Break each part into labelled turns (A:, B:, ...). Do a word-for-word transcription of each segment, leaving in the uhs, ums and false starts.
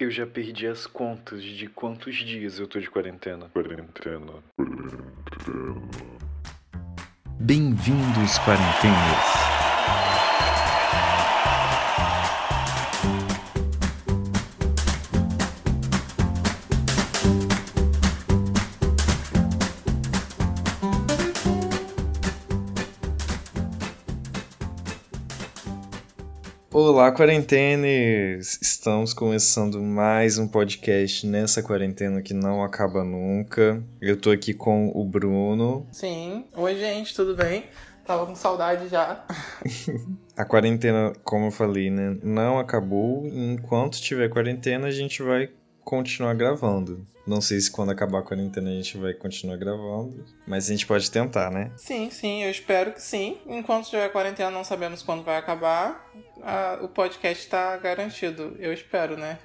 A: Eu já perdi as contas de quantos dias eu tô de quarentena. Quarentena. Quarentena.
B: Bem-vindos, quarentenas. Olá, quarentenas! Estamos começando mais um podcast nessa quarentena que não acaba nunca. Eu tô aqui com o Bruno.
C: Sim. Oi, gente, tudo bem? Tava com saudade já.
B: A quarentena, como eu falei, né, não acabou. Enquanto tiver quarentena, a gente vai continuar gravando. Não sei se quando acabar a quarentena a gente vai continuar gravando, mas a gente pode tentar, né?
C: Sim, sim, eu espero que sim. Enquanto tiver quarentena, não sabemos quando vai acabar. Ah, o podcast tá garantido, eu espero, né?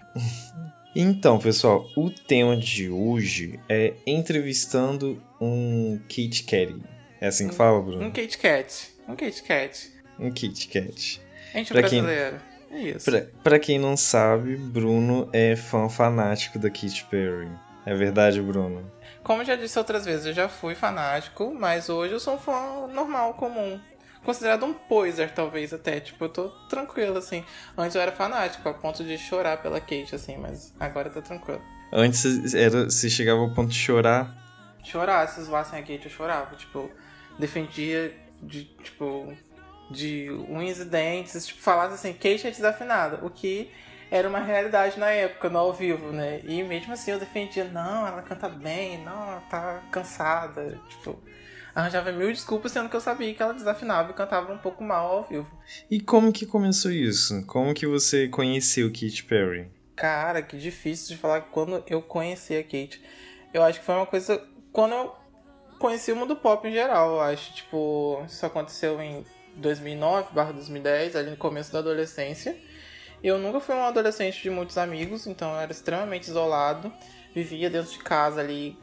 B: Então, pessoal, o tema de hoje é entrevistando um Kit Kat. É assim que fala, Bruno?
C: Um Kit Kat. Um Kit Kat.
B: Um Kit Kat.
C: A gente é
B: Pra quem,
C: brasileiro. É isso.
B: pra, pra quem não sabe, Bruno é fã fanático da Katy Perry. É verdade, Bruno?
C: Como eu já disse outras vezes, eu já fui fanático, mas hoje eu sou um fã normal, comum. Considerado um poser, talvez, até. Tipo, eu tô tranquilo, assim. Antes eu era fanático, a ponto de chorar pela Kate, assim, mas agora tá tranquilo.
B: Antes era, você chegava ao ponto de chorar?
C: Chorar, se zoassem a Kate, eu chorava. Tipo, defendia de, tipo, de unhas e dentes. Tipo, falasse assim, Kate é desafinada. O que era uma realidade na época, no ao vivo, né? E mesmo assim eu defendia, não, ela canta bem, não, ela tá cansada. Tipo, arranjava mil desculpas, sendo que eu sabia que ela desafinava e cantava um pouco mal ao vivo.
B: E como que começou isso? Como que você conheceu Katy Perry?
C: Cara, que difícil de falar quando eu conheci a Kate. Eu acho que foi uma coisa... Quando eu conheci o mundo pop em geral, eu acho. Tipo, isso aconteceu em dois mil e nove barra dois mil e dez, ali no começo da adolescência. Eu nunca fui um adolescente de muitos amigos, então eu era extremamente isolado. Vivia dentro de casa ali.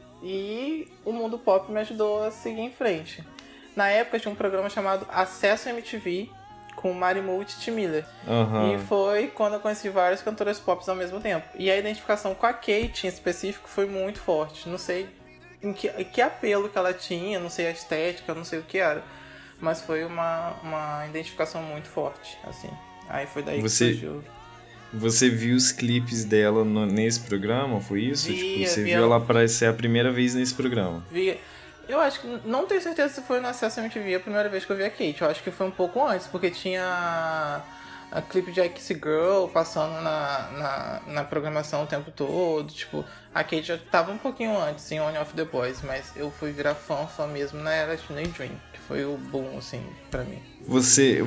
C: E o mundo pop me ajudou a seguir em frente. Na época tinha um programa chamado Acesso M T V, com Marimu e Titi Miller.
B: Uhum.
C: E foi quando eu conheci várias cantoras pop ao mesmo tempo. E a identificação com a Kate, em específico, foi muito forte. Não sei em que, em que apelo que ela tinha, não sei a estética, não sei o que era. Mas foi uma, uma identificação muito forte, assim. Aí foi daí
B: Você...
C: que surgiu.
B: Você viu os clipes dela no, nesse programa? Foi isso?
C: Via,
B: tipo, você
C: via...
B: viu ela aparecer a primeira vez nesse programa?
C: Via. Eu acho que, não tenho certeza se foi no Acesso M T V a primeira vez que eu vi a Kate. Eu acho que foi um pouco antes, porque tinha a, a clipe de I Kiss Girl passando na, na, na programação o tempo todo. Tipo, a Kate já tava um pouquinho antes em One of the Boys, mas eu fui virar fã, fã mesmo na era Teenage Dream, que foi o boom, assim, pra mim.
B: Você,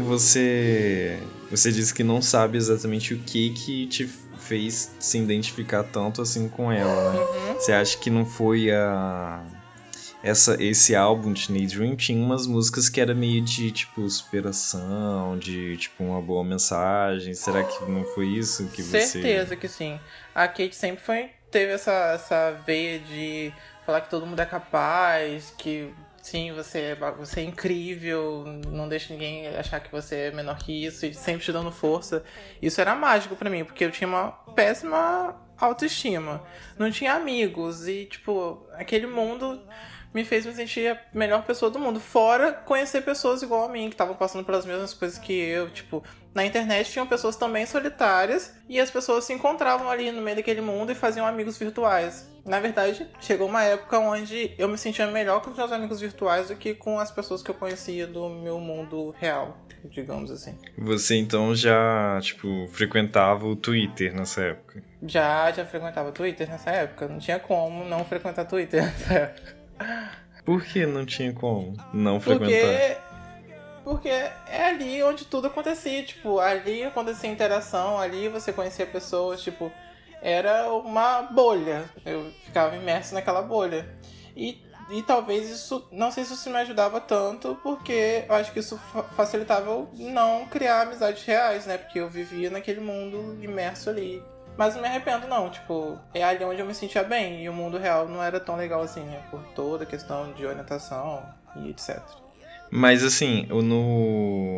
B: você, você disse que não sabe exatamente o que que te fez se identificar tanto assim com ela, né?
C: Uhum.
B: Você acha que não foi a... Essa, esse álbum Teenage Dream tinha umas músicas que era meio de, tipo, superação, de, tipo, uma boa mensagem. Será que não foi isso que você...
C: Certeza que sim. A Kate sempre foi, teve essa, essa veia de falar que todo mundo é capaz, que sim, você é, você é incrível, não deixa ninguém achar que você é menor que isso, e sempre te dando força. Isso era mágico pra mim, porque eu tinha uma péssima autoestima. Não tinha amigos e, tipo, aquele mundo me fez me sentir a melhor pessoa do mundo. Fora conhecer pessoas igual a mim, que estavam passando pelas mesmas coisas que eu. Tipo, na internet tinham pessoas também solitárias e as pessoas se encontravam ali no meio daquele mundo e faziam amigos virtuais. Na verdade, chegou uma época onde eu me sentia melhor com os meus amigos virtuais do que com as pessoas que eu conhecia do meu mundo real, digamos assim.
B: Você então já, tipo, frequentava o Twitter nessa época?
C: Já, já frequentava Twitter nessa época. Não tinha como não frequentar Twitter nessa época.
B: Por que não tinha como não frequentar?
C: Porque, porque é ali onde tudo acontecia, tipo, ali acontecia interação, ali você conhecia pessoas, tipo, era uma bolha, eu ficava imerso naquela bolha. E, e talvez isso, não sei se isso me ajudava tanto, porque eu acho que isso facilitava eu não criar amizades reais, né, porque eu vivia naquele mundo imerso ali. Mas não me arrependo não, tipo, é ali onde eu me sentia bem, e o mundo real não era tão legal assim, né, por toda a questão de orientação e etcétera.
B: Mas assim, no...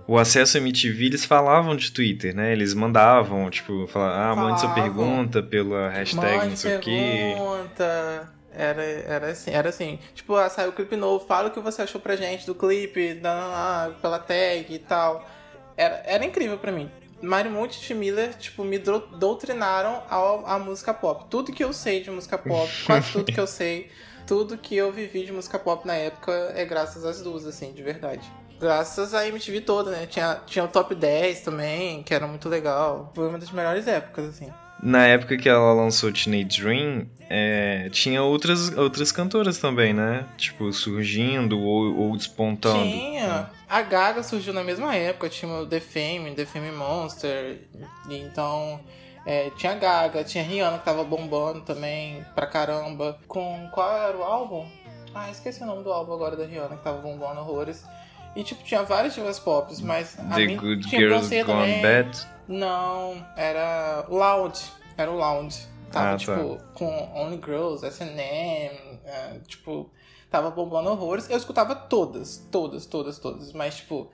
B: o acesso à M T V, eles falavam de Twitter, né? Eles mandavam, tipo, falavam, ah, mande sua
C: Falavam.
B: pergunta pela hashtag
C: Mande
B: não sei o quê.
C: pergunta. Era, era assim, era assim. Tipo, ah, saiu o clipe novo, fala o que você achou pra gente do clipe, da, pela tag e tal. Era, era incrível pra mim. Marimuth e Tim Miller, tipo, me dro- doutrinaram ao, à música pop. Tudo que eu sei de música pop, quase tudo que eu sei, tudo que eu vivi de música pop na época é graças às duas, assim, de verdade. Graças à M T V toda, né? Tinha, tinha o Top dez também, que era muito legal. Foi uma das melhores épocas, assim.
B: Na época que ela lançou Teenage Dream, é, tinha outras, outras cantoras também, né? Tipo, surgindo ou, ou despontando.
C: Tinha. A Gaga surgiu na mesma época, tinha o The Fame, The Fame Monster. E então, é, tinha a Gaga, tinha a Rihanna que tava bombando também pra caramba. Com qual era o álbum? Ah, esqueci o nome do álbum agora da Rihanna que tava bombando horrores. E tipo, tinha várias divas pop, mas a
B: The
C: mim
B: Good
C: tinha
B: Girls
C: Beyoncé
B: Gone
C: também.
B: Bad.
C: Não, era Loud. Era o Loud. Tava,
B: Ah,
C: tipo,
B: tá.
C: com Only Girls, S and M, é, tipo, tava bombando horrores. Eu escutava todas, todas, todas, todas. Mas, tipo,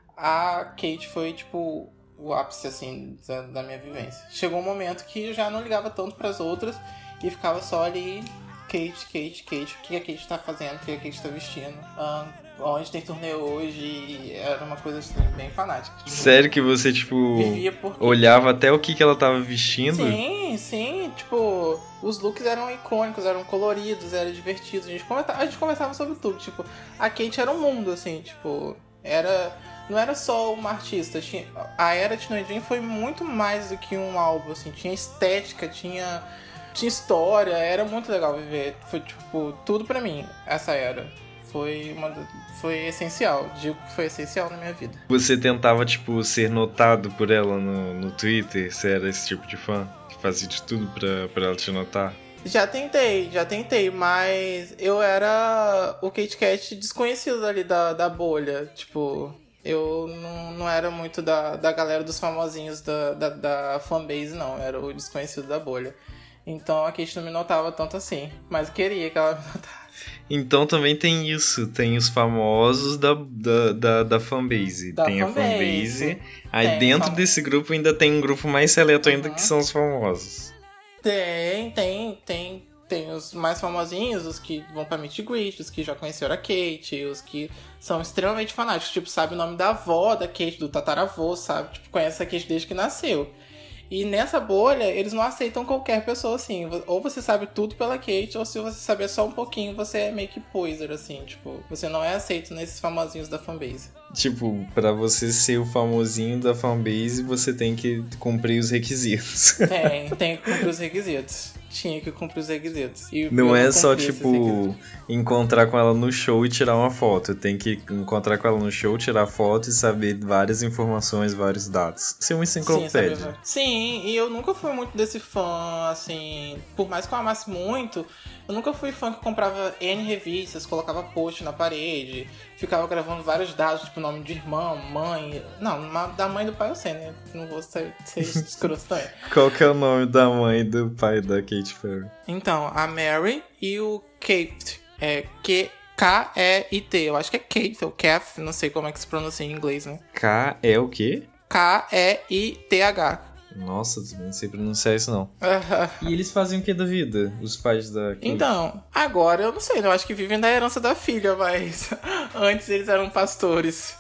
C: a Kate foi, tipo, o ápice, assim, da, da minha vivência. Chegou um momento que eu já não ligava tanto pras outras e ficava só ali, Kate, Kate, Kate. O que a Kate tá fazendo, o que a Kate tá vestindo. Ah, onde tem turnê hoje, e era uma coisa, assim, bem fanática. Tipo,
B: Sério que você, tipo,
C: vivia por Kate.
B: olhava até o que, que ela tava vestindo?
C: Sim, sim, tipo, os looks eram icônicos, eram coloridos, eram divertidos, a gente conversava, a gente conversava sobre tudo, tipo, a Kate era um mundo, assim, tipo, era, não era só uma artista, tinha, a era Teenage Dream foi muito mais do que um álbum, assim, tinha estética, tinha, tinha história, era muito legal viver, foi, tipo, tudo pra mim, essa era. Foi, uma, foi essencial, digo que foi essencial na minha vida.
B: Você tentava, tipo, ser notado por ela no, no Twitter? Você era esse tipo de fã? Que fazia de tudo pra, pra ela te notar?
C: Já tentei, já tentei, mas eu era o Kit Kat desconhecido ali da, da bolha. Tipo, eu não, não era muito da, da galera dos famosinhos da, da, da fanbase, não. Eu era o desconhecido da bolha. Então a Kate não me notava tanto assim, mas eu queria que ela me notasse.
B: Então também tem isso, tem os famosos da, da, da, da fanbase.
C: Da
B: tem
C: fanbase.
B: a fanbase, aí
C: Tem
B: dentro
C: fam-
B: desse grupo ainda tem um grupo mais seleto ainda
C: Uhum.
B: que são os famosos.
C: Tem, tem, tem. Tem os mais famosinhos, os que vão pra Meet and Greet, os que já conheceram a Kate, os que são extremamente fanáticos, tipo, sabe o nome da avó da Kate, do tataravô, sabe? Tipo, conhece a Kate desde que nasceu. E nessa bolha, eles não aceitam qualquer pessoa assim. Ou você sabe tudo pela Kate, ou se você saber só um pouquinho, você é meio que poser, assim. Tipo, você não é aceito nesses famosinhos da fanbase.
B: Tipo, pra você ser o famosinho da fanbase, você tem que cumprir os requisitos.
C: Tem, tem que cumprir os requisitos. Tinha que cumprir os requisitos. E
B: Não
C: eu
B: é só,
C: cumpri esses
B: tipo,
C: requisitos.
B: encontrar com ela no show e tirar uma foto. Tem que encontrar com ela no show, tirar foto e saber várias informações, vários dados. Ser uma
C: Sim,
B: enciclopédia.
C: sabe? Sim, e eu nunca fui muito desse fã, assim. Por mais que eu amasse muito, eu nunca fui fã que comprava N revistas, colocava post na parede, ficava gravando vários dados, tipo nome de irmão, mãe. Não, uma- da mãe e do pai eu sei, né? Não vou ser, ser escroto também.
B: Qual que é o nome da mãe e do pai da Katy Perry?
C: Então, a Mary e o Kate. É Q- K E I T. Eu acho que é Kate ou Kath, não sei como é que se pronuncia em inglês, né?
B: K é o quê?
C: K E I T H.
B: Nossa, não sei pronunciar isso não. E eles fazem o que da vida? Os pais da Kate?
C: Então, agora eu não sei, né? Eu acho que vivem da herança da filha, mas antes eles eram pastores.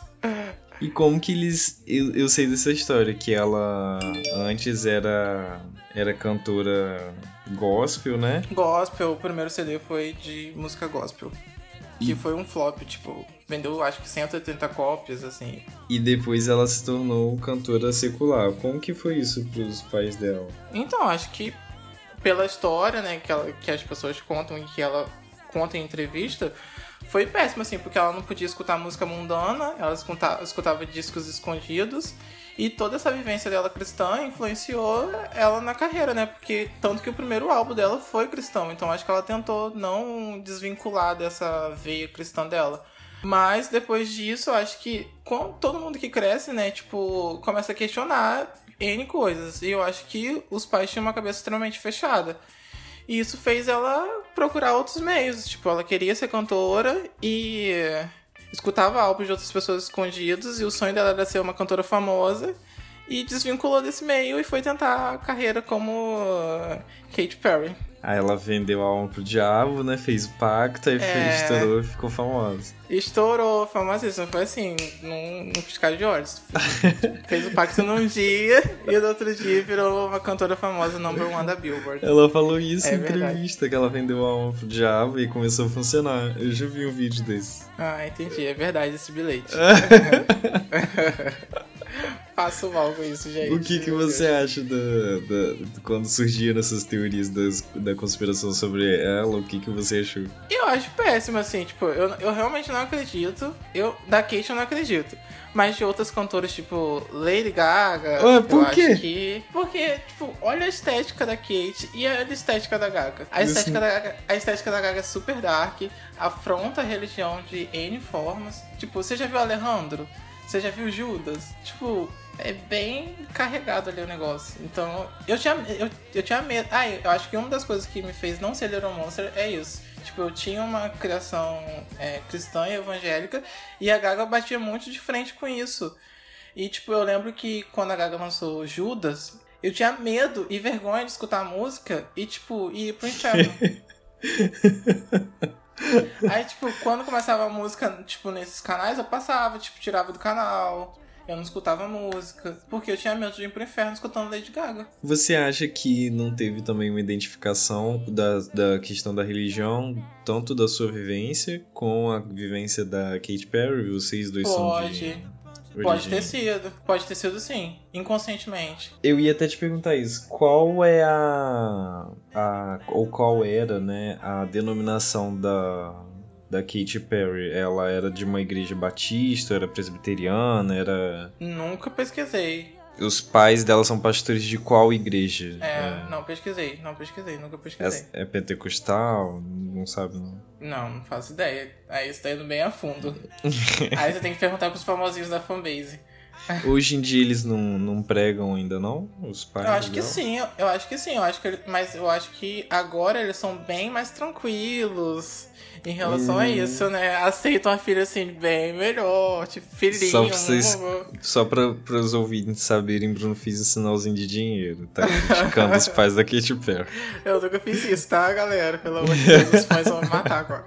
B: E como que eles... Eu, eu sei dessa história, que ela antes era, era cantora gospel, né?
C: Gospel, o primeiro C D foi de música gospel. Que
B: E-
C: foi um flop, tipo, vendeu acho que cento e oitenta cópias, assim.
B: E depois ela se tornou cantora secular. Como que foi isso pros pais dela?
C: Então, acho que pela história, né, que, ela, que as pessoas contam e que ela conta em entrevista, foi péssimo, assim, porque ela não podia escutar música mundana, ela escuta, escutava discos escondidos, e toda essa vivência dela cristã influenciou ela na carreira, né, porque tanto que o primeiro álbum dela foi cristão, então acho que ela tentou não desvincular dessa veia cristã dela. Mas depois disso, acho que com todo mundo que cresce, né, tipo, começa a questionar N coisas, e eu acho que os pais tinham uma cabeça extremamente fechada. E isso fez ela procurar outros meios. Tipo, ela queria ser cantora e escutava álbuns de outras pessoas escondidos e o sonho dela era ser uma cantora famosa e desvinculou desse meio e foi tentar a carreira como Katy Perry.
B: Aí ela vendeu a alma pro diabo, né? Fez o pacto, aí
C: É.
B: fez, estourou e ficou famosa.
C: Estourou, famosíssima. Foi assim, num, num piscar de olhos. Fez o pacto num dia e no outro dia virou uma cantora famosa, number one da Billboard.
B: Ela falou isso
C: É
B: em
C: verdade.
B: entrevista, que ela vendeu a alma pro diabo e começou a funcionar. Eu já vi um vídeo desse.
C: Ah, entendi. É verdade esse bilhete. Faço mal com isso, gente.
B: O que, que
C: Meu
B: você
C: Deus.
B: acha da, da- de quando surgiram essas teorias das, da conspiração sobre ela? O que, que você achou?
C: Eu acho péssimo, assim, tipo, eu, eu realmente não acredito. Eu, da Kate eu não acredito. Mas de outras cantoras, tipo, Lady Gaga.
B: Ué, por
C: eu
B: quê?
C: acho que. Porque, tipo, olha a estética da Kate e a estética da Gaga. A
B: Isso-
C: estética, da Gaga, a estética da Gaga é super dark, afronta a religião de N formas. Tipo, você já viu Alejandro? Você já viu Judas? Tipo, é bem carregado ali o negócio. Então, eu tinha, eu, eu tinha medo. Ah, eu acho que uma das coisas que me fez não ser Little Monster é isso. Tipo, eu tinha uma criação é, cristã e evangélica e a Gaga batia muito de frente com isso. E, tipo, eu lembro que quando a Gaga lançou Judas, eu tinha medo e vergonha de escutar a música e, tipo, ir pro inferno. Aí, tipo, quando começava a música, tipo, nesses canais, eu passava, tipo, tirava do canal. Eu não escutava música, porque eu tinha medo de ir pro inferno escutando Lady Gaga.
B: Você acha que não teve também uma identificação da, da questão da religião, tanto da sua vivência com a vivência da Katy Perry? Vocês dois são
C: Pode.
B: de
C: Pode ter
B: origem-
C: sido. Pode ter sido sim. Inconscientemente.
B: Eu ia até te perguntar isso. Qual é a, a ou qual era, né, a denominação da da Katy Perry? Ela era de uma igreja batista, era presbiteriana, era...
C: Nunca pesquisei.
B: Os pais dela são pastores de qual igreja?
C: É, não pesquisei. Não pesquisei. Nunca pesquisei.
B: É, é pentecostal? Não sabe, não.
C: Não, não faço ideia. Aí você tá indo bem a fundo. Aí você tem que perguntar pros famosinhos da fanbase.
B: Hoje em dia eles não, não pregam ainda, não? Os pais
C: Eu acho que
B: dela?
C: sim, eu, eu acho que sim, eu acho que ele- mas eu acho que agora eles são bem mais tranquilos em relação
B: Hum.
C: a isso, né? Aceitam a filha assim bem melhor, tipo, filhinho.
B: Só pra vocês-
C: amor.
B: Só pra, para os ouvintes saberem, Bruno fez um sinalzinho de dinheiro, tá criticando os pais da Katy Perry.
C: Eu nunca fiz isso, tá, galera? Pelo amor de Deus, os fãs vão me matar agora.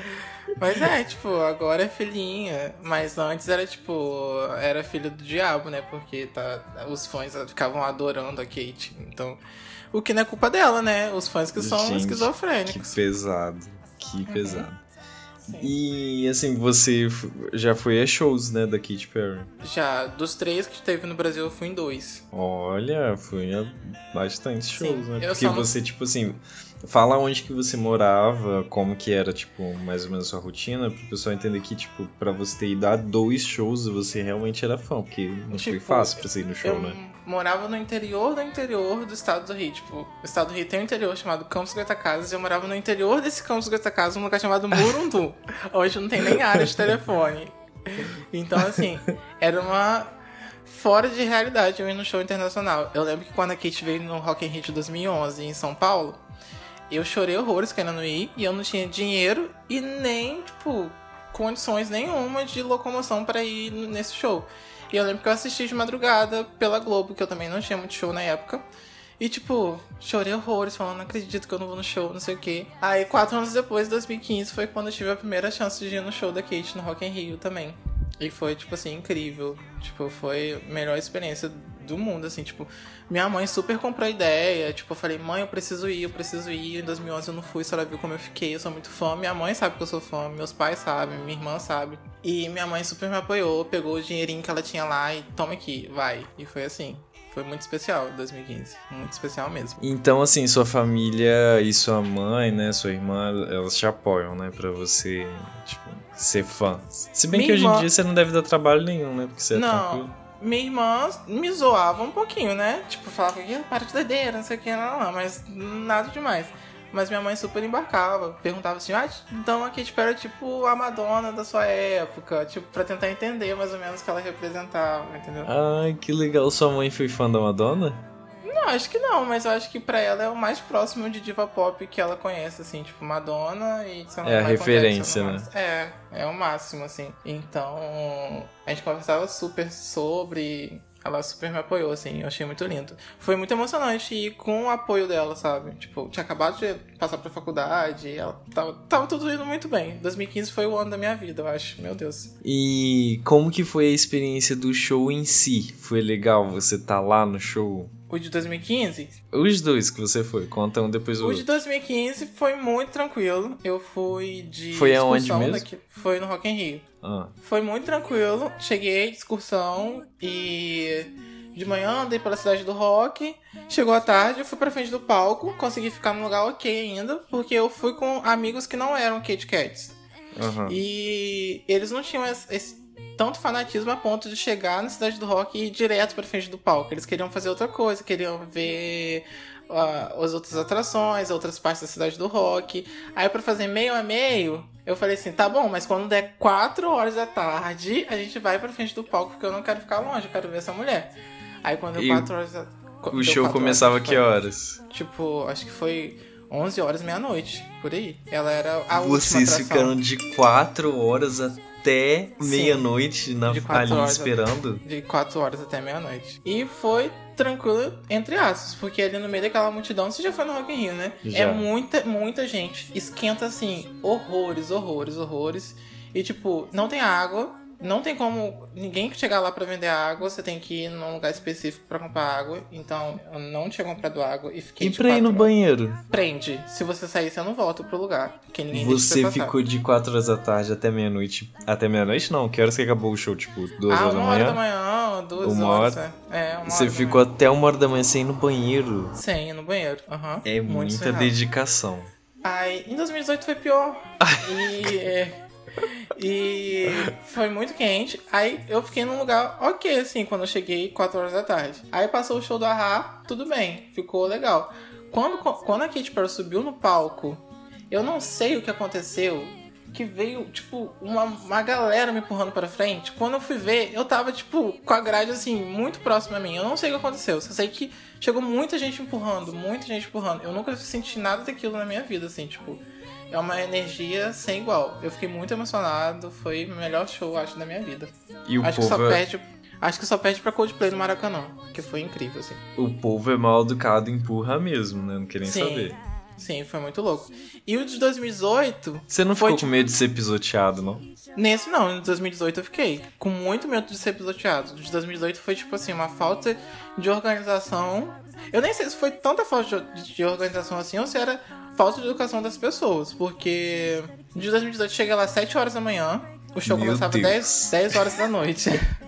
C: Mas é, tipo, agora é filhinha, mas antes era tipo, era filho do diabo, né? Porque tá, os fãs ficavam adorando a Kate. Então, o que não é culpa dela, né? Os fãs que são
B: Gente, Que
C: esquizofrênicos.
B: pesado, que pesado.
C: Sim.
B: E assim, você f- já foi a shows, né, da Katy Perry?
C: Já, dos três que teve no Brasil, eu fui em dois.
B: Olha, foi a bastante shows, né?
C: eu
B: Porque
C: só não-
B: você, tipo assim, fala onde que você morava, como que era, tipo, mais ou menos a sua rotina, pro pessoal entender que, tipo, pra você ter ido a dois shows, você realmente era fã, porque não foi
C: Tipo,
B: fácil pra você ir no show,
C: Eu
B: né?
C: morava no interior do interior do estado do Rio. Tipo, o estado do Rio tem um interior chamado Campos Goytacazes e eu morava no interior desse Campos Goytacazes, num lugar chamado Murundu, onde não tem nem área de telefone. Então, assim, era uma fora de realidade eu ir no show internacional. Eu lembro que quando a Kate veio no Rock in Rio de dois mil e onze em São Paulo, eu chorei horrores querendo não ir e eu não tinha dinheiro e nem, tipo, condições nenhuma de locomoção pra ir nesse show. E eu lembro que eu assisti de madrugada pela Globo, que eu também não tinha muito show na época. E, tipo, chorei horrores, falando, não acredito que eu não vou no show, não sei o quê. Aí, quatro anos depois, em dois mil e quinze, foi quando eu tive a primeira chance de ir no show da Kate no Rock in Rio também. E foi, tipo assim, incrível. Tipo, foi a melhor experiência do mundo, assim, tipo... Minha mãe super comprou a ideia, tipo, eu falei, mãe, eu preciso ir, eu preciso ir. Em dois mil e onze eu não fui, só ela viu como eu fiquei, eu sou muito fã. Minha mãe sabe que eu sou fã, meus pais sabem, minha irmã sabe. E minha mãe super me apoiou, pegou o dinheirinho que ela tinha lá e toma aqui, vai. E foi assim, foi muito especial dois mil e quinze, muito especial mesmo.
B: Então, assim, sua família e sua mãe, né, sua irmã, elas te apoiam, né, pra você, tipo, ser fã. Se bem
C: Minha
B: que hoje
C: irmã-
B: em dia você não deve dar trabalho nenhum, né, porque você é
C: Não.
B: tranquilo.
C: Minha irmã me zoava um pouquinho, né? Tipo, falava que "Ah, para de doideira, não sei o que, não, não, mas nada demais. Mas minha mãe super embarcava, perguntava assim, ah, então a Katy Perry é tipo a Madonna da sua época, tipo, pra tentar entender mais ou menos o que ela representava, entendeu?
B: Ai, que legal. Sua mãe foi fã da Madonna?
C: Não, acho que não, mas eu acho que pra ela é o mais próximo de diva pop que ela conhece, assim, tipo, Madonna e...
B: É a referência, né?
C: É, é o máximo, assim. Então, a gente conversava super sobre... Ela super me apoiou, assim, eu achei muito lindo. Foi muito emocionante ir com o apoio dela, sabe? Tipo, tinha acabado de passar pra faculdade, ela tava, tava tudo indo muito bem. dois mil e quinze foi o ano da minha vida, eu acho, meu Deus.
B: E como que foi a experiência do show em si? Foi legal você tá lá no show?
C: O de dois mil e quinze?
B: Os dois que você foi, conta um depois o
C: O
B: outro.
C: de dois mil e quinze foi muito tranquilo. Eu fui de
B: Foi aonde
C: excursão
B: mesmo?
C: daqui. Foi no Rock in Rio.
B: Ah.
C: Foi muito tranquilo. Cheguei de excursão e de manhã andei pela cidade do rock. Chegou à tarde, eu fui pra frente do palco. Consegui ficar num lugar ok ainda, porque eu fui com amigos que não eram Kit Kats.
B: Uhum.
C: E eles não tinham esse, esse tanto fanatismo a ponto de chegar na cidade do rock e ir direto pra frente do palco. Eles queriam fazer outra coisa, queriam ver uh, as outras atrações, outras partes da cidade do rock. Aí pra fazer meio a meio, eu falei assim, tá bom, mas quando der quatro horas da tarde, a gente vai pra frente do palco, porque eu não quero ficar longe, eu quero ver essa mulher. Aí quando deu quatro horas... Da...
B: O show começava que horas?
C: Tipo, acho que foi onze horas, meia-noite, por aí. Ela era a última
B: Vocês
C: atração.
B: ficaram de quatro horas até meia-noite na,
C: de quatro
B: ali
C: horas
B: esperando?
C: De quatro horas até meia-noite. E foi tranquilo, entre aspas, porque ali no meio daquela multidão, você já foi no Rock in Rio, né?
B: Já.
C: É muita, muita gente. Esquenta, assim, horrores, horrores, horrores. E, tipo, não tem água. Não tem como ninguém chegar lá pra vender água. Você tem que ir num lugar específico pra comprar água. Então, eu não tinha comprado água e fiquei
B: E
C: de
B: pra ir no
C: quatro-
B: banheiro?
C: Prende. Se você sair, você não volta pro lugar. Porque ninguém deixa
B: Você
C: passar.
B: ficou de quatro horas da tarde até meia-noite. Até meia-noite não? Que horas que acabou o show? Tipo, duas
C: Ah,
B: horas da
C: uma hora
B: manhã?
C: da manhã, duas
B: Uma
C: horas.
B: hora?
C: É, é uma
B: Você
C: hora da
B: ficou
C: manhã.
B: até uma hora da manhã sem ir no banheiro.
C: Sem ir no banheiro. Aham.
B: É
C: Muito
B: muita
C: ferrado.
B: dedicação.
C: Aí, em dois mil e dezoito foi pior. E, é, e foi muito quente. Aí eu fiquei num lugar ok, assim, quando eu cheguei quatro horas da tarde. Aí passou o show do A-ha, tudo bem, ficou legal. Quando, quando a Katy Perry subiu no palco, eu não sei o que aconteceu, que veio, tipo, uma, uma galera me empurrando pra frente. Quando eu fui ver, eu tava, tipo, com a grade, assim, muito próxima a mim. Eu não sei o que aconteceu, só sei que chegou muita gente empurrando, muita gente empurrando. Eu nunca senti nada daquilo na minha vida, assim, tipo... É uma energia sem igual. Eu fiquei muito emocionado, foi o melhor show, acho, da minha vida.
B: E o
C: acho que
B: povo
C: só
B: é...
C: perde... Acho que só perde pra Coldplay no Maracanã, que foi incrível, assim.
B: O povo é mal educado e empurra mesmo, né? Não quer nem
C: Sim.
B: saber.
C: Sim, foi muito louco. E o de dois mil e dezoito...
B: Você não
C: foi,
B: ficou
C: tipo...
B: com medo de ser pisoteado, não?
C: Nesse não, em dois mil e dezoito eu fiquei com muito medo de ser pisoteado. O de dois mil e dezoito foi tipo assim, uma falta de organização. Eu nem sei se foi tanta falta de, de organização assim ou se era falta de educação das pessoas. Porque de dois mil e dezoito eu cheguei lá às sete horas da manhã, o show
B: Meu
C: começava
B: Deus.
C: dez, dez horas da noite.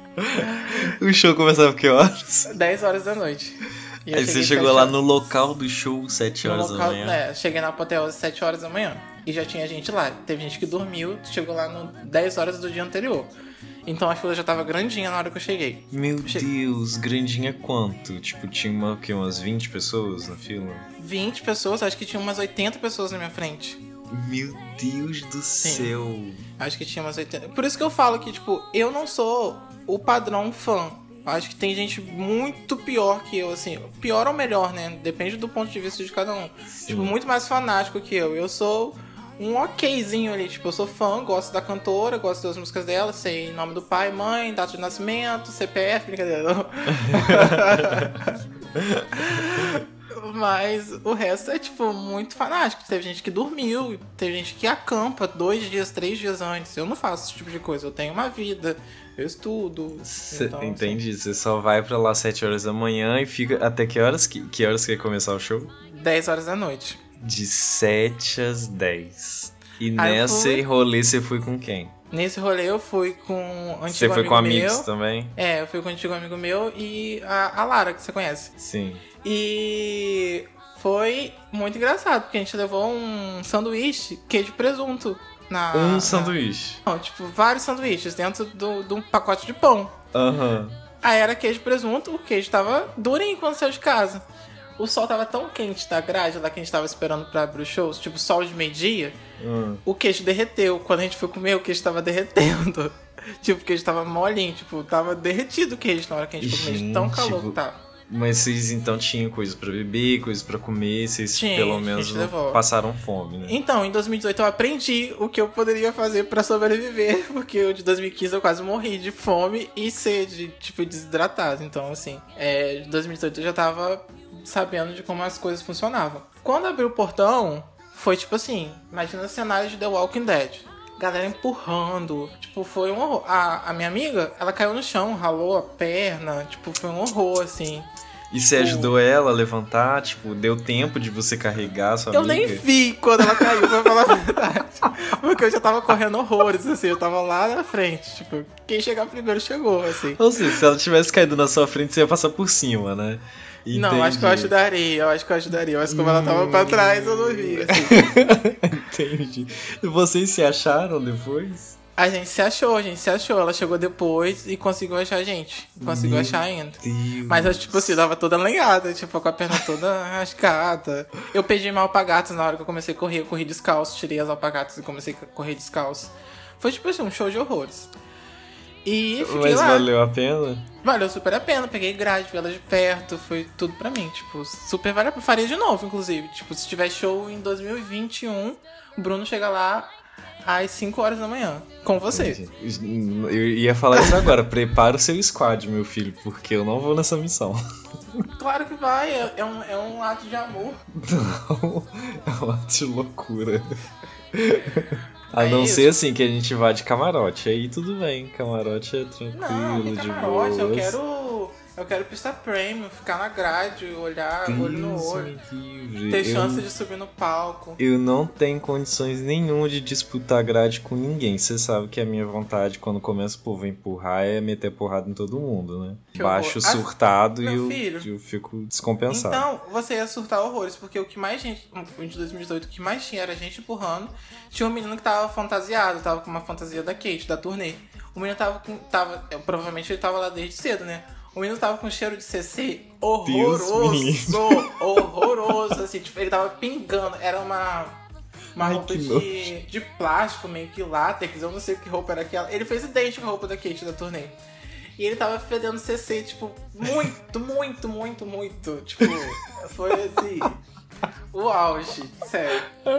B: O show começava que horas?
C: dez horas da noite. E eu
B: Aí você
C: cheguei
B: chegou
C: sete
B: lá
C: horas-
B: no local do show, sete
C: no
B: horas
C: local,
B: da manhã.
C: né, cheguei na apoteose às sete horas da manhã. E já tinha gente lá. Teve gente que dormiu, chegou lá no dez horas do dia anterior. Então a fila já tava grandinha na hora que eu cheguei.
B: Meu
C: Che-
B: Deus, grandinha quanto? Tipo, tinha uma, o quê, umas vinte pessoas na fila?
C: vinte pessoas, acho que tinha umas oitenta pessoas na minha frente.
B: Meu Deus do céu.
C: Acho que tinha umas oitenta. Por isso que eu falo que, tipo, eu não sou o padrão fã. Acho que tem gente muito pior que eu, assim. Pior ou melhor, né? Depende do ponto de vista de cada um.
B: Sim.
C: Tipo, muito mais fanático que eu. Eu sou um okzinho ali. Tipo, eu sou fã, gosto da cantora, gosto das músicas dela, sei nome do pai, mãe, data de nascimento, C P F, brincadeira. Mas o resto é, tipo, muito fanático. Teve gente que dormiu, teve gente que acampa dois dias, três dias antes. Eu não faço esse tipo de coisa. Eu tenho uma vida, eu estudo.
B: Cê,
C: então,
B: entendi, você só vai pra lá sete horas da manhã e fica até que horas? Que, que horas que ia começar o show?
C: assim, dez horas da noite.
B: De sete às dez. E
C: Aí eu
B: nessa
C: fui-
B: rolê você foi com quem?
C: Nesse rolê eu fui com um antigo
B: Você foi
C: amigo
B: com amigos
C: meu.
B: também?
C: É, eu fui com um antigo amigo meu e a, a Lara, que você conhece.
B: Sim.
C: E foi muito engraçado, porque a gente levou um sanduíche, queijo e presunto. Na,
B: Um
C: na-
B: sanduíche.
C: Não, tipo, vários sanduíches dentro do- de um pacote de pão.
B: Aham.
C: Aí era queijo e presunto, o queijo tava durinho quando saiu de casa. O sol tava tão quente da grade lá que a gente tava esperando pra abrir os shows, tipo sol de meio-dia,
B: Hum.
C: o queijo derreteu. Quando a gente foi comer, o queijo tava derretendo. Tipo, o queijo tava molinho, tipo, tava derretido o queijo na hora que a gente foi comer, de tão
B: Gente,
C: calor
B: vo-
C: que tava.
B: Mas vocês então tinham coisas pra beber, coisas pra comer, vocês
C: Tinha,
B: pelo
C: a gente
B: menos não
C: levou.
B: passaram fome, né?
C: Então, em dois mil e dezoito eu aprendi o que eu poderia fazer pra sobreviver, porque o de dois mil e quinze eu quase morri de fome e sede, tipo, desidratado. Então, assim, é, de dois mil e dezoito eu já tava sabendo de como as coisas funcionavam. Quando abriu o portão, foi tipo assim, imagina o cenário de The Walking Dead. Galera empurrando, tipo, foi um horror. A, a minha amiga, ela caiu no chão, ralou a perna, tipo, foi um horror, assim.
B: E você ajudou ela a levantar? Tipo, deu tempo de você carregar a sua
C: Eu
B: amiga?
C: nem vi quando ela caiu, pra falar a verdade. Porque eu já tava correndo horrores, assim, eu tava lá na frente, tipo, quem chegar primeiro chegou, assim.
B: Ou seja, se ela tivesse caído na sua frente, você ia passar por cima, né? Entendi.
C: Não, acho que eu ajudaria, eu acho que eu ajudaria, mas como ela tava pra trás, eu não vi, assim.
B: Entendi. E vocês se acharam depois?
C: A gente se achou, a gente se achou. Ela chegou depois e conseguiu achar a gente. Conseguiu
B: Meu
C: achar ainda.
B: Deus.
C: Mas eu, tipo assim, tava toda lenhada, tipo, com a perna toda rascada. Eu perdi minhas alpargatas na hora que eu comecei a correr. Eu corri descalço, tirei as alpargatas e comecei a correr descalço. Foi, tipo assim, um show de horrores. E fiquei
B: Mas
C: lá.
B: valeu a pena?
C: Valeu super a pena. Peguei grade, vi ela de perto. Foi tudo pra mim, tipo, super valeu a pena. Faria de novo, inclusive. Tipo, se tiver show em dois mil e vinte e um, o Bruno chega lá às cinco horas da manhã, com você.
B: Eu ia falar isso agora. Prepara o seu squad, meu filho, porque eu não vou nessa missão.
C: Claro que vai, é, é, um, é um ato de amor.
B: Não, é um ato de loucura. A
C: É
B: não
C: isso.
B: ser assim que a gente vá de camarote. Aí tudo bem, camarote é tranquilo,
C: Não, que
B: de
C: camarote,
B: boas.
C: eu quero. Eu quero pista premium, ficar na grade, olhar olho no
B: Deus
C: olho.
B: me livre.
C: Ter
B: Eu-
C: chance de subir no palco.
B: Eu não tenho condições nenhuma de disputar grade com ninguém. Você sabe que a minha vontade, quando começa o povo a empurrar, é meter porrada em todo mundo, né?
C: Que
B: Baixo
C: horror. Ah,
B: surtado e
C: meu
B: eu,
C: filho.
B: eu fico descompensado.
C: Então, você ia surtar horrores, porque o que mais gente. Em dois mil e dezoito, o que mais tinha era gente empurrando. Tinha um menino que tava fantasiado, tava com uma fantasia da Kate, da turnê. O menino tava com. Tava, eu, provavelmente ele tava lá desde cedo, né? O menino tava com cheiro de C C horroroso.
B: me livre.
C: Horroroso, assim, tipo, ele tava pingando. Era uma. Uma
B: Ai,
C: roupa
B: que
C: de, de plástico, meio que látex, eu não sei que roupa era aquela. Ele fez idêntico com a roupa da Kate da turnê. E ele tava fedendo C C, tipo, muito, muito, muito, muito. Tipo, foi assim. O auge, sério.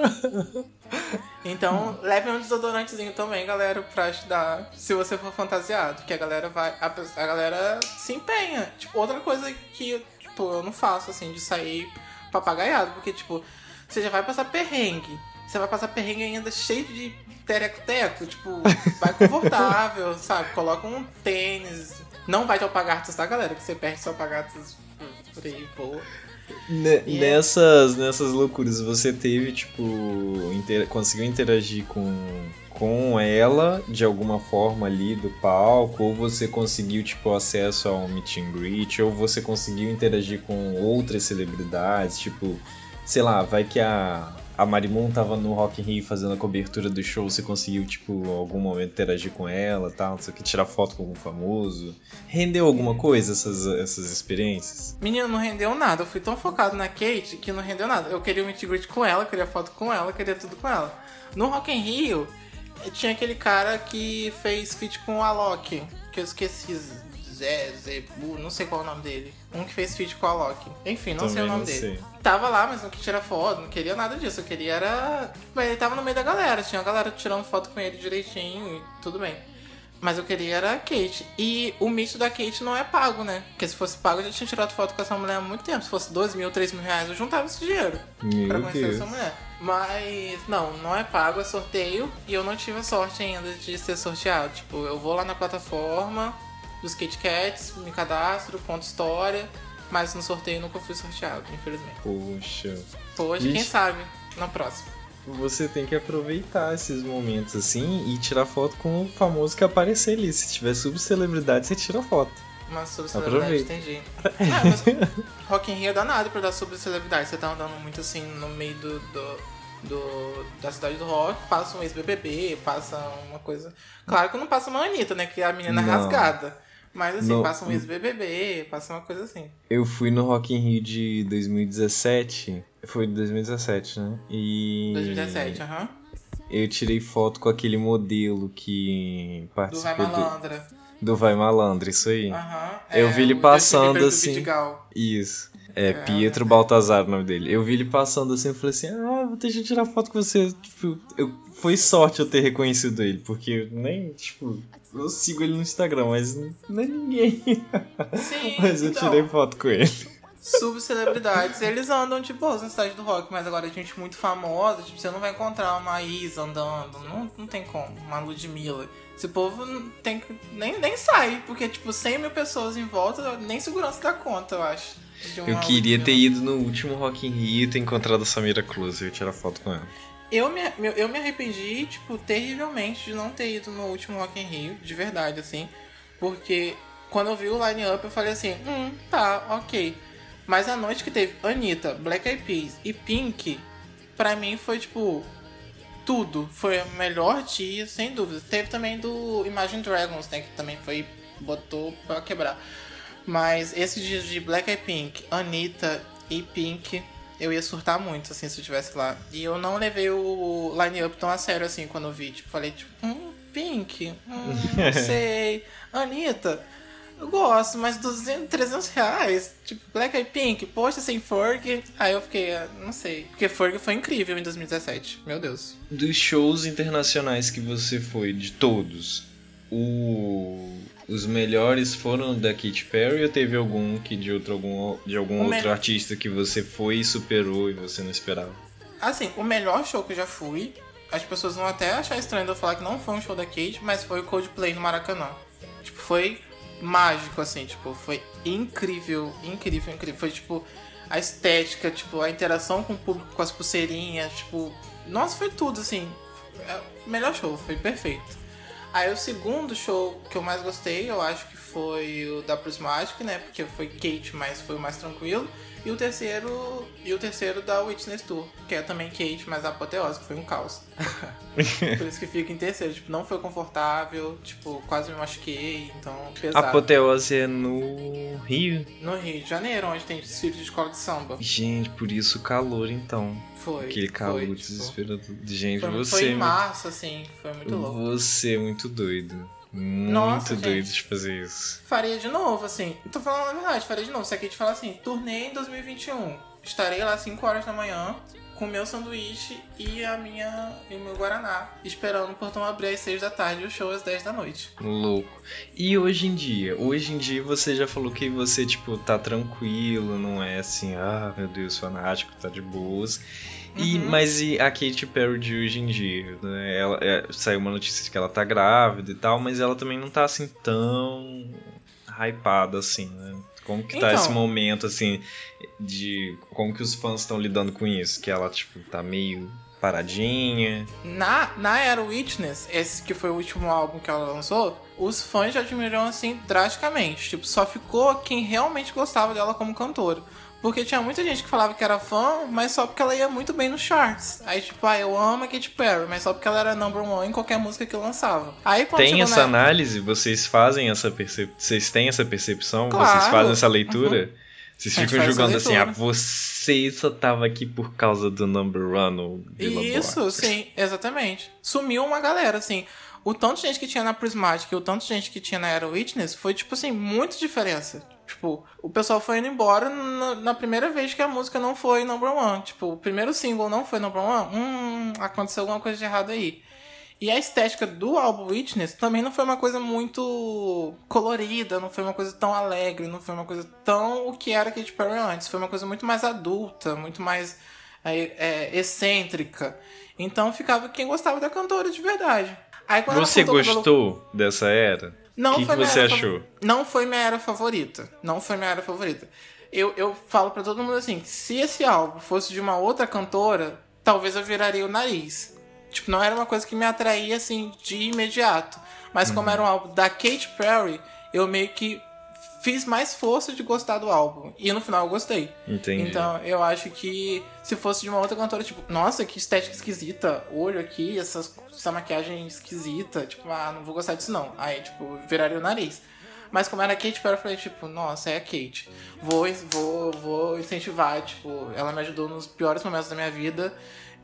C: Então, leve um desodorantezinho também, galera, pra ajudar. Se você for fantasiado, que a galera vai. A, a galera se empenha. Tipo, outra coisa que tipo, eu não faço, assim, de sair papagaiado, porque, tipo, você já vai passar perrengue. Você vai passar perrengue ainda cheio de tereco-teco, tipo, vai confortável, sabe? Coloca um tênis. Não vai de alpargatas, tá, galera? Que você perde seus alpargatas por aí, boa.
B: Ne-
C: E é-
B: nessas, nessas loucuras, você teve, tipo, inter- conseguiu interagir com, com ela de alguma forma ali do palco? Ou você conseguiu, tipo, acesso ao meet and greet? Ou você conseguiu interagir com outras celebridades? Tipo, sei lá, vai que a, a Marimun tava no Rock in Rio fazendo a cobertura do show, você conseguiu, tipo, algum momento interagir com ela, tal, não sei o que, tirar foto com algum famoso? Rendeu alguma coisa essas, essas experiências?
C: Menino, não rendeu nada. Eu fui tão focado na Kate que não rendeu nada. Eu queria o meet and greet com ela, queria foto com ela, queria tudo com ela. No Rock in Rio, tinha aquele cara que fez feat com o Alok, que eu esqueci, Zé, Zebu, não sei qual é o nome dele. Um que fez feat com o Alok. Enfim, não sei o
B: Também
C: nome
B: não
C: dele.
B: sei.
C: Tava lá, mas não queria tirar foto, não queria nada disso. Eu queria era... Mas ele tava no meio da galera, tinha a galera tirando foto com ele direitinho e tudo bem. Mas eu queria era a Kate. E o meet da Kate não é pago, né? Porque se fosse pago, eu já tinha tirado foto com essa mulher há muito tempo. Se fosse dois mil, três mil reais, eu juntava esse dinheiro
B: Meu
C: pra conhecer
B: Deus.
C: essa mulher. Mas, não, não é pago, é sorteio. E eu não tive a sorte ainda de ser sorteado. Tipo, eu vou lá na plataforma dos Kit Kats, me cadastro, conto história. Mas no sorteio nunca fui sorteado, infelizmente.
B: Poxa.
C: Hoje, quem
B: Vixe.
C: sabe, na próxima.
B: Você tem que aproveitar esses momentos assim e tirar foto com o famoso que aparecer ali. Se tiver subcelebridade, você tira foto.
C: Uma subcelebridade,
B: Aproveita.
C: entendi. Ah, mas Rock in Rio é danado pra dar subcelebridade. Você tá andando muito assim no meio do, do, do- da cidade do rock, passa um ex-B B B, passa uma coisa... Claro que não passa uma Anitta, né? Que é a menina
B: Não.
C: rasgada. Mas assim,
B: Não.
C: passa um ex-B B B, passa uma coisa assim.
B: Eu fui no Rock in Rio de dois mil e dezessete. Foi de dois mil e dezessete, né? E
C: dois mil e dezessete, aham.
B: eu tirei foto com aquele modelo que
C: Do Vai
B: participou do...
C: Malandra.
B: Do Vai Malandro, isso aí.
C: Aham.
B: Eu
C: é,
B: vi ele
C: o
B: passando
C: Justin Bieber do
B: assim.
C: Vidigal.
B: Isso. É,
C: É,
B: Pietro
C: é.
B: Baltazar o nome dele. Eu vi ele passando assim, eu falei assim, ah, vou deixa eu tirar foto com você. Tipo, eu, foi sorte eu ter reconhecido ele, porque eu nem, tipo, eu sigo ele no Instagram, mas não é ninguém.
C: Sim,
B: Mas eu
C: então,
B: tirei foto com ele.
C: subcelebridades, eles andam de boas na cidade do rock, mas agora gente muito famosa, tipo, você não vai encontrar uma Isa andando, não, não tem como, uma Ludmilla. Esse povo não tem, nem, nem sai, porque, tipo, cem mil pessoas em volta, nem segurança dá conta, eu acho. de uma
B: Eu queria
C: Ludmilla.
B: ter ido no último Rock in Rio e ter encontrado a Samira Cruz e eu tirar foto com ela.
C: Eu me, eu, eu me arrependi, tipo, terrivelmente de não ter ido no último Rock in Rio, de verdade, assim. Porque quando eu vi o line-up, eu falei assim, hum, tá, ok. Mas a noite que teve Anitta, Black Eyed Peas e Pink, pra mim foi, tipo, tudo. Foi o melhor dia, sem dúvida. Teve também do Imagine Dragons, né, que também foi, botou pra quebrar. Mas esses dias de Black Eyed Pink, Anitta e Pink, eu ia surtar muito, assim, se eu estivesse lá. E eu não levei o line-up tão a sério, assim, quando eu vi. Tipo, falei, tipo, hum, Pink, hum, não sei. Anitta, eu gosto, mas duzentos, trezentos reais? Tipo, Black Eyed Pink, poxa, sem Ferg. Aí eu fiquei, ah, não sei. Porque Ferg foi incrível em dois mil e dezessete, meu Deus.
B: Dos shows internacionais que você foi, de todos, o... os melhores foram da Katy Perry ou teve algum que de outro, algum, de algum
C: O
B: outro
C: me-
B: artista que você foi e superou e você não esperava?
C: Assim, o melhor show que eu já fui, as pessoas vão até achar estranho eu falar que não foi um show da Kate, mas foi o Coldplay no Maracanã. Tipo, foi mágico, assim, tipo, foi incrível, incrível, incrível. Foi, tipo, a estética, tipo, a interação com o público, com as pulseirinhas, tipo... Nossa, foi tudo, assim. É o melhor show, foi perfeito. Aí o segundo show que eu mais gostei, eu acho que foi o da Prismatic, né? Porque foi Kate, mas foi o mais tranquilo. E o terceiro, e o terceiro da Witness Tour, que é também Kate, mas apoteose, que foi um caos. Por isso que fica em terceiro. Tipo, não foi confortável, tipo, quase me machuquei, então pesado.
B: Apoteose é no Rio?
C: No Rio de Janeiro, onde tem desfile de escola de samba.
B: Gente, por isso o calor então.
C: Foi.
B: Aquele calor
C: foi,
B: desesperador. Gente,
C: Foi,
B: você.
C: foi em
B: é
C: março, assim, foi muito
B: muito-
C: louco.
B: Você é muito doido. Muito
C: Nossa,
B: doido
C: gente.
B: de fazer isso.
C: Faria de novo, assim. Tô falando a verdade, faria de novo. Se a Kate fala assim, turnê em dois mil e vinte e um. Estarei lá às cinco horas da manhã, com o meu sanduíche e a minha e o meu Guaraná, esperando o portão abrir às seis da tarde e o show às dez da noite.
B: Louco. E hoje em dia? Hoje em dia você já falou que você, tipo, tá tranquilo, não é assim, ah, meu Deus, fanático, tá de boas. E,
C: Uhum.
B: Mas e a Katy Perry de hoje em dia? Né? Ela, é, saiu uma notícia de que ela tá grávida e tal, mas ela também não tá assim tão hypada assim, né? Como que tá
C: Então.
B: esse momento, assim, de como que os fãs estão lidando com isso? Que ela, tipo, tá meio paradinha.
C: Na, na Aero Witness, esse que foi o último álbum que ela lançou, os fãs já diminuíram assim drasticamente. Tipo, só ficou quem realmente gostava dela como cantora. Porque tinha muita gente que falava que era fã, mas só porque ela ia muito bem nos charts. Aí, tipo, ah, eu amo a Katy Perry, mas só porque ela era number one em qualquer música que lançava. Aí, quando
B: Tem
C: chegou
B: essa
C: na...
B: análise? Vocês fazem essa percepção? Vocês têm essa percepção?
C: Claro.
B: Vocês fazem essa leitura?
C: Uhum.
B: Vocês
C: A gente
B: ficam
C: faz essa
B: julgando assim, ah,
C: leitura.
B: você só tava aqui por causa do number one ou Billboard.
C: Isso, sim, exatamente. Sumiu uma galera, assim. O tanto de gente que tinha na Prismatic e o tanto de gente que tinha na Aero Witness foi, tipo assim, muita diferença. Tipo, o pessoal foi indo embora na, na primeira vez que a música não foi number one. Tipo, o primeiro single não foi number one. Hum, aconteceu alguma coisa de errado aí. E a estética do álbum Witness também não foi uma coisa muito colorida, não foi uma coisa tão alegre, não foi uma coisa tão o que era Katy Perry antes. Foi uma coisa muito mais adulta, muito mais é, é, excêntrica. Então ficava quem gostava da cantora de verdade. Aí, quando ela
B: Você
C: contou que
B: gostou dessa era?
C: não
B: O que,
C: foi
B: que
C: minha
B: você
C: era
B: achou?
C: fav- Não foi minha era favorita. Não foi minha era favorita. Eu, eu falo pra todo mundo assim, que se esse álbum fosse de uma outra cantora, talvez eu viraria o nariz. Tipo, não era uma coisa que me atraía assim de imediato. Mas como era um álbum da Katy Perry, eu meio que fiz mais força de gostar do álbum. E no final eu gostei.
B: Entendi.
C: Então, eu acho que se fosse de uma outra cantora, tipo, nossa, que estética esquisita, olho aqui, essas, essa maquiagem esquisita, tipo, ah, não vou gostar disso não. Aí, tipo, viraria o nariz. Mas como era a Katy Perry, eu falei, tipo, nossa, é a Katy. Vou, vou, vou incentivar, tipo, ela me ajudou nos piores momentos da minha vida.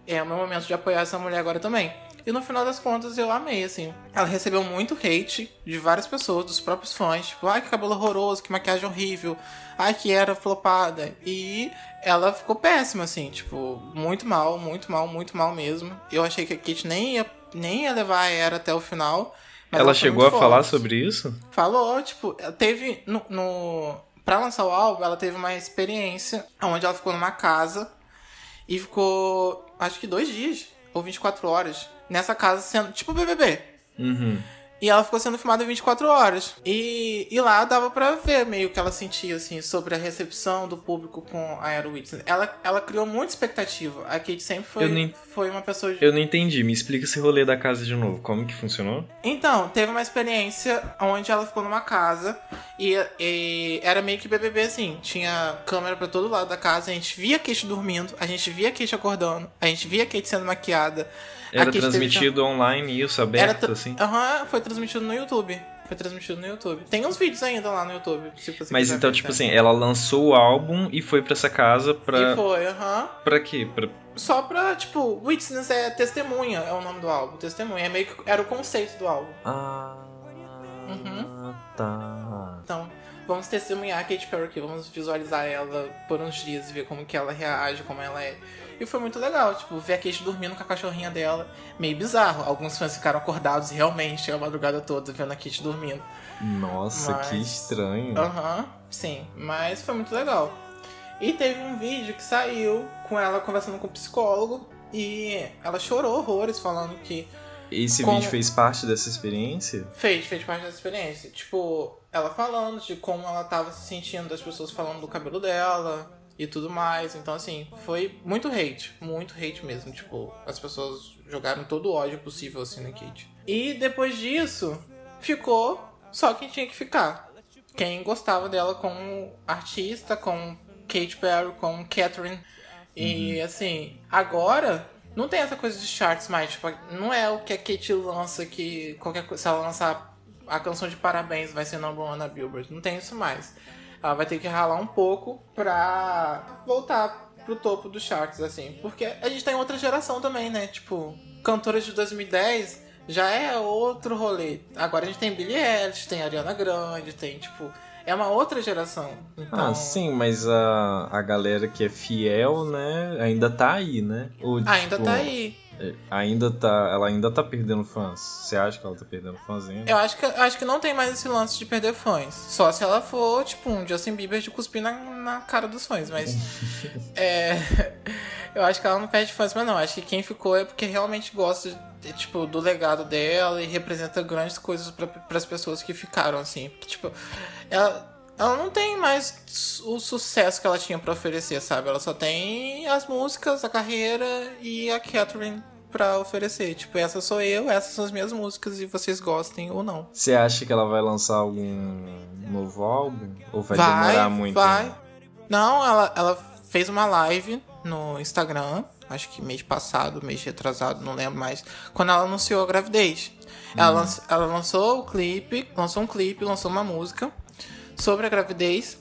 C: é o meu momento de apoiar essa mulher agora também. E no final das contas eu amei, assim. Ela recebeu muito hate de várias pessoas, dos próprios fãs. Tipo, ai, que cabelo horroroso, que maquiagem horrível. Ai, que era flopada. E ela ficou péssima, assim. Tipo, muito mal, muito mal, muito mal mesmo. Eu achei que a Kate nem ia, nem ia levar a Era até o final. Mas
B: ela
C: ela foi
B: chegou a
C: muito
B: falar
C: forte.
B: sobre isso?
C: Falou, tipo, ela teve no, no... Pra lançar o álbum, ela teve uma experiência onde ela ficou numa casa e ficou, acho que dois dias ou vinte e quatro horas nessa casa sendo, tipo B B B.
B: Uhum.
C: E ela ficou sendo filmada vinte e quatro horas. E, e lá dava pra ver meio que ela sentia, assim, sobre a recepção do público com a Aerosmith. Ela, ela criou muita expectativa. A Kate sempre foi,
B: Eu nem-
C: foi uma pessoa... De...
B: Eu não entendi, me explica esse rolê da casa de novo, como que funcionou?
C: Então, teve uma experiência onde ela ficou numa casa e, e era meio que B B B, assim. Tinha câmera pra todo lado da casa, a gente via a Kate dormindo, a gente via a Kate acordando, a gente via a Kate sendo maquiada. A
B: Era
C: Kate teve-
B: transmitido online isso,
C: Era
B: aberto,
C: tra-
B: assim?
C: Aham, foi transmitido no YouTube. Foi transmitido no YouTube. Tem uns vídeos ainda lá no YouTube, se você
B: Mas
C: quiser
B: então,
C: ver,
B: tipo
C: tá?
B: assim, ela lançou o álbum e foi pra essa casa pra...
C: E foi, aham.
B: Pra quê? Pra...
C: Só pra, tipo, Witness é testemunha, é o nome do álbum. Testemunha, é meio que era o conceito do álbum.
B: Ah...
C: Uhum.
B: Tá...
C: Então, vamos testemunhar a Katy Perry aqui, vamos visualizar ela por uns dias e ver como que ela reage, como ela é. E foi muito legal, tipo, ver a Kate dormindo com a cachorrinha dela. Meio bizarro. Alguns fãs ficaram acordados realmente a madrugada toda vendo a Kate dormindo.
B: Nossa,
C: Mas-
B: que estranho.
C: Aham, sim. Mas foi muito legal. E teve um vídeo que saiu com ela conversando com o psicólogo. E ela chorou horrores falando que
B: Esse
C: como-
B: vídeo fez parte dessa experiência?
C: fez, fez parte dessa experiência. Tipo, ela falando de como ela tava se sentindo, das pessoas falando do cabelo dela e tudo mais. Então, assim, foi muito hate. Muito hate mesmo. Tipo, as pessoas jogaram todo o ódio possível, assim, na Kate. E depois disso, ficou só quem tinha que ficar. Quem gostava dela como artista, como Katy Perry, como Catherine. E, assim, agora... Não tem essa coisa de charts mais, tipo, não é o que a Kate lança que qualquer coisa, se ela lançar a canção de parabéns vai ser number one na Billboard, não tem isso mais. Ela vai ter que ralar um pouco pra voltar pro topo dos charts, assim, porque a gente tá em outra geração também, né, tipo, cantoras de dois mil e dez já é outro rolê. Agora a gente tem Billie Eilish, tem Ariana Grande, tem, tipo, é uma outra geração. Então...
B: Ah, sim, mas a, a galera que é fiel, né, ainda tá aí, né? Ou,
C: Ainda
B: tipo,
C: tá aí.
B: é, Ainda tá, ela ainda tá perdendo fãs. Você acha que ela tá perdendo fãs ainda?
C: Eu acho que, acho que não tem mais esse lance de perder fãs. Só se ela for, tipo, um Justin Bieber de cuspir na, na cara dos fãs. Mas, é... Eu acho que ela não perde fãs, mas não. Acho que quem ficou é porque realmente gosta, de, tipo, do legado dela e representa grandes coisas para as pessoas que ficaram, assim. Porque, tipo, ela... Ela não tem mais o sucesso que ela tinha pra oferecer, sabe? Ela só tem as músicas, a carreira e a Catherine pra oferecer. Tipo, essa sou eu, essas são as minhas músicas e vocês gostem ou não.
B: Você acha que ela vai lançar algum novo álbum? Ou vai,
C: Vai,
B: demorar muito?
C: vai. Não, ela, ela fez uma live no Instagram, acho que mês passado, mês retrasado, não lembro mais, quando ela anunciou a gravidez. Ela,
B: Hum.
C: lanç, ela lançou o clipe, lançou um clipe, lançou uma música sobre a gravidez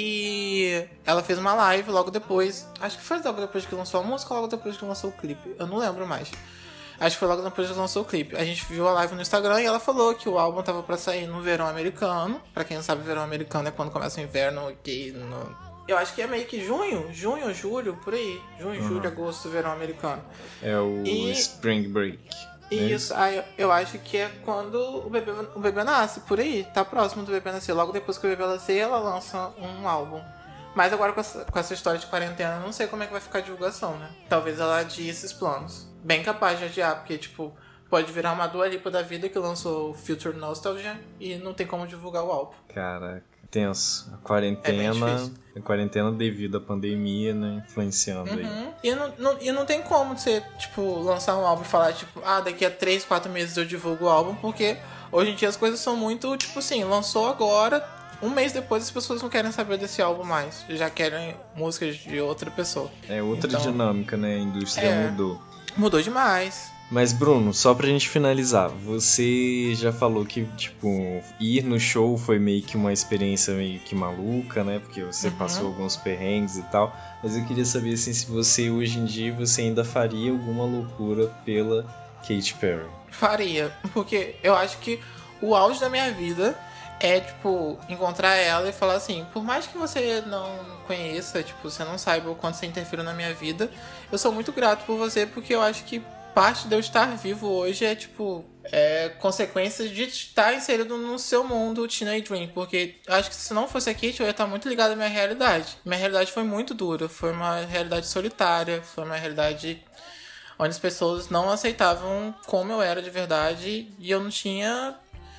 C: e ela fez uma live logo depois, acho que foi logo depois que lançou a música ou logo depois que lançou o clipe, eu não lembro mais. Acho que foi logo depois que lançou o clipe. A gente viu a live no Instagram e ela falou que o álbum tava pra sair no verão americano. Pra quem não sabe, verão americano é quando começa o inverno aqui no... Eu acho que é meio que junho, junho, julho, por aí. Junho,
B: Uhum.
C: julho, agosto, verão americano.
B: É o
C: E-
B: Spring Break.
C: E isso, aí eu- eu acho que é quando o bebê, o bebê nasce, por aí. Tá próximo do bebê nascer. Logo depois que o bebê nascer, ela lança um álbum. Mas agora com essa, com essa história de quarentena, eu não sei como é que vai ficar a divulgação, né? Talvez ela adie esses planos. Bem capaz de adiar, porque, tipo, pode virar uma Dua Lipa da vida que lançou Future Nostalgia e não tem como divulgar o álbum.
B: Caraca, tenso. A
C: É bem
B: quarentena,
C: difícil.
B: a quarentena devido à pandemia, né? Influenciando aí.
C: Uhum. E, não, não, e não tem como você, tipo, lançar um álbum e falar, tipo, ah, daqui a três, quatro meses eu divulgo o álbum, porque hoje em dia as coisas são muito, tipo assim, lançou agora, um mês depois as pessoas não querem saber desse álbum mais. Já querem músicas de outra pessoa.
B: É outra
C: Então-
B: dinâmica, né? A indústria
C: É.
B: mudou.
C: Mudou demais.
B: Mas, Bruno, só pra gente finalizar, você já falou que, tipo, ir no show foi meio que uma experiência meio que maluca, né? Porque você uhum. passou alguns perrengues e tal. Mas eu queria saber, assim, se você, hoje em dia, você ainda faria alguma loucura pela Katy Perry.
C: Faria, porque eu acho que o auge da minha vida é, tipo, encontrar ela e falar assim, por mais que você não conheça, tipo, você não saiba o quanto você interferiu na minha vida, eu sou muito grato por você, porque eu acho que parte de eu estar vivo hoje é, tipo, é consequências de estar inserido no seu mundo Teenage Dream, porque eu acho que se não fosse a Katy, eu ia estar muito ligado à minha realidade. Minha realidade foi muito dura, foi uma realidade solitária, foi uma realidade onde as pessoas não aceitavam como eu era de verdade, e eu não tinha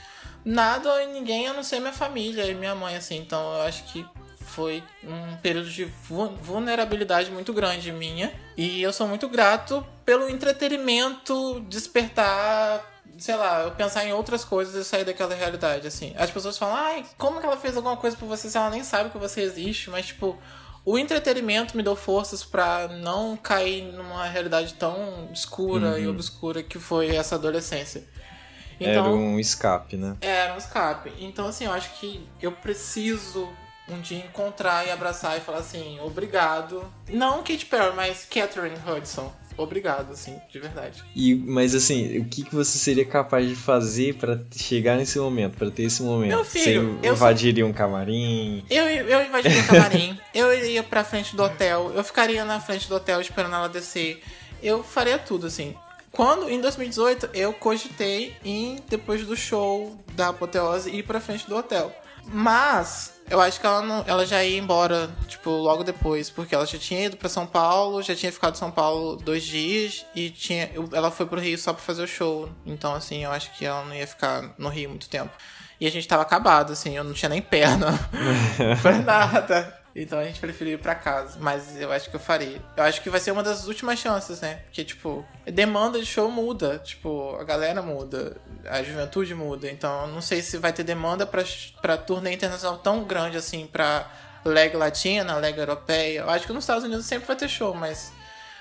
C: nada e ninguém a não ser minha família e minha mãe, assim. Então eu acho que foi um período de vulnerabilidade muito grande minha. E eu sou muito grato pelo entretenimento, despertar, sei lá, eu pensar em outras coisas e sair daquela realidade, assim. As pessoas falam, ai, como que ela fez alguma coisa por você se ela nem sabe que você existe? Mas, tipo, o entretenimento me deu forças pra não cair numa realidade tão escura uhum. e obscura que foi essa adolescência.
B: Então, era um escape, né?
C: Era um escape. Então, assim, eu acho que eu preciso um dia encontrar e abraçar e falar assim, obrigado. Não Katy Perry, mas Catherine Hudson. Obrigado, assim, de verdade.
B: E, mas, assim, o que, que você seria capaz de fazer pra chegar nesse momento, pra ter esse momento?
C: Meu filho,
B: você invadiria sou... um camarim?
C: Eu, eu invadiria um camarim. Eu iria pra frente do hotel. Eu ficaria na frente do hotel esperando ela descer. Eu faria tudo, assim. Quando, em dois mil e dezoito, eu cogitei em, depois do show da Apoteose, ir pra frente do hotel. Mas eu acho que ela, não, ela já ia embora, tipo, logo depois, porque ela já tinha ido pra São Paulo, já tinha ficado em São Paulo dois dias e tinha, ela foi pro Rio só pra fazer o show. Então, assim, eu acho que ela não ia ficar no Rio muito tempo. E a gente tava acabado, assim, eu não tinha nem perna pra nada. Então a gente preferiu ir pra casa. Mas eu acho que eu faria. Eu acho que vai ser uma das últimas chances, né? Porque, tipo, a demanda de show muda. Tipo, a galera muda. A juventude muda. Então eu não sei se vai ter demanda pra, pra turnê internacional tão grande assim pra leg latina, leg europeia. Eu acho que nos Estados Unidos sempre vai ter show, mas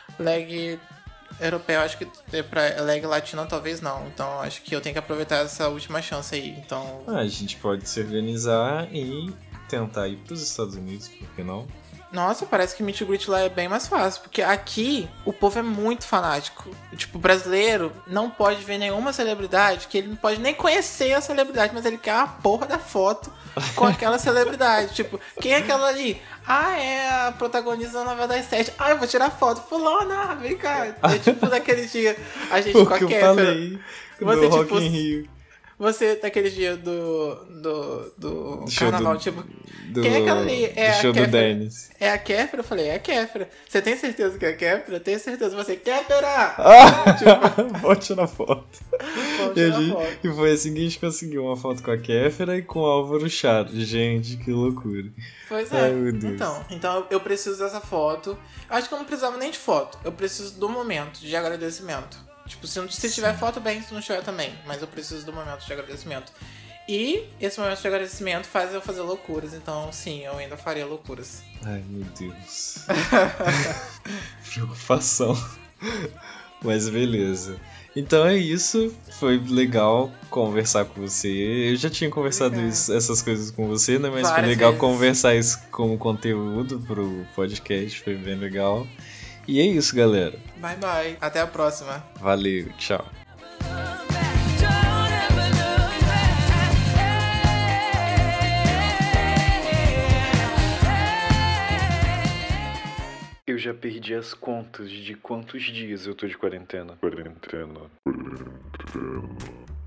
C: leg europeu, acho que é pra leg latina talvez não. Então eu acho que eu tenho que aproveitar essa última chance aí. Então...
B: Ah, a gente pode se organizar e tentar ir pros Estados Unidos, por que não?
C: Nossa, parece que meet and greet lá é bem mais fácil, porque aqui o povo é muito fanático. Tipo, o brasileiro não pode ver nenhuma celebridade, que ele não pode nem conhecer a celebridade, mas ele quer a porra da foto com aquela celebridade. Tipo, quem é aquela ali? Ah, é a protagonista da novela das sete. Ah, eu vou tirar foto. Fulana, vem cá. É tipo daquele dia, a gente
B: o
C: com a
B: que eu
C: Kéfera.
B: falei
C: Você,
B: do
C: tipo,
B: Rock in Rio.
C: Você, naquele dia do, do, do, do carnaval,
B: do,
C: tipo...
B: Do,
C: quem é aquela ali? É
B: do
C: a
B: show
C: Kéfera.
B: do Dennis.
C: É a Kéfera? Eu falei, é a Kéfera. Você tem certeza que é a Kéfera? Tenho certeza. Você, Kéfera!
B: Ah, tipo... Vou tirar foto.
C: Vou
B: e,
C: tirar
B: gente,
C: foto.
B: E foi assim que a gente conseguiu uma foto com a Kéfera e com o Álvaro Chato. Gente, que loucura.
C: Pois é.
B: Ai, meu Deus.
C: Então, então eu preciso dessa foto. Acho que eu não precisava nem de foto. Eu preciso do momento de agradecimento. Tipo, se, não, se tiver foto, bem, se não tiver também. Mas eu preciso do momento de agradecimento. E esse momento de agradecimento faz eu fazer loucuras. Então, sim, eu ainda faria loucuras.
B: Ai, meu Deus. Preocupação. Mas beleza. Então é isso. Foi legal conversar com você. Eu já tinha conversado isso, essas coisas com você, né? Mas
C: Várias
B: foi legal
C: vezes.
B: conversar isso como conteúdo pro podcast. Foi bem legal. E é isso, galera.
C: Bye, bye. Até a próxima.
B: Valeu, tchau.
A: Eu já perdi as contas de quantos dias eu tô de quarentena. Quarentena. Quarentena.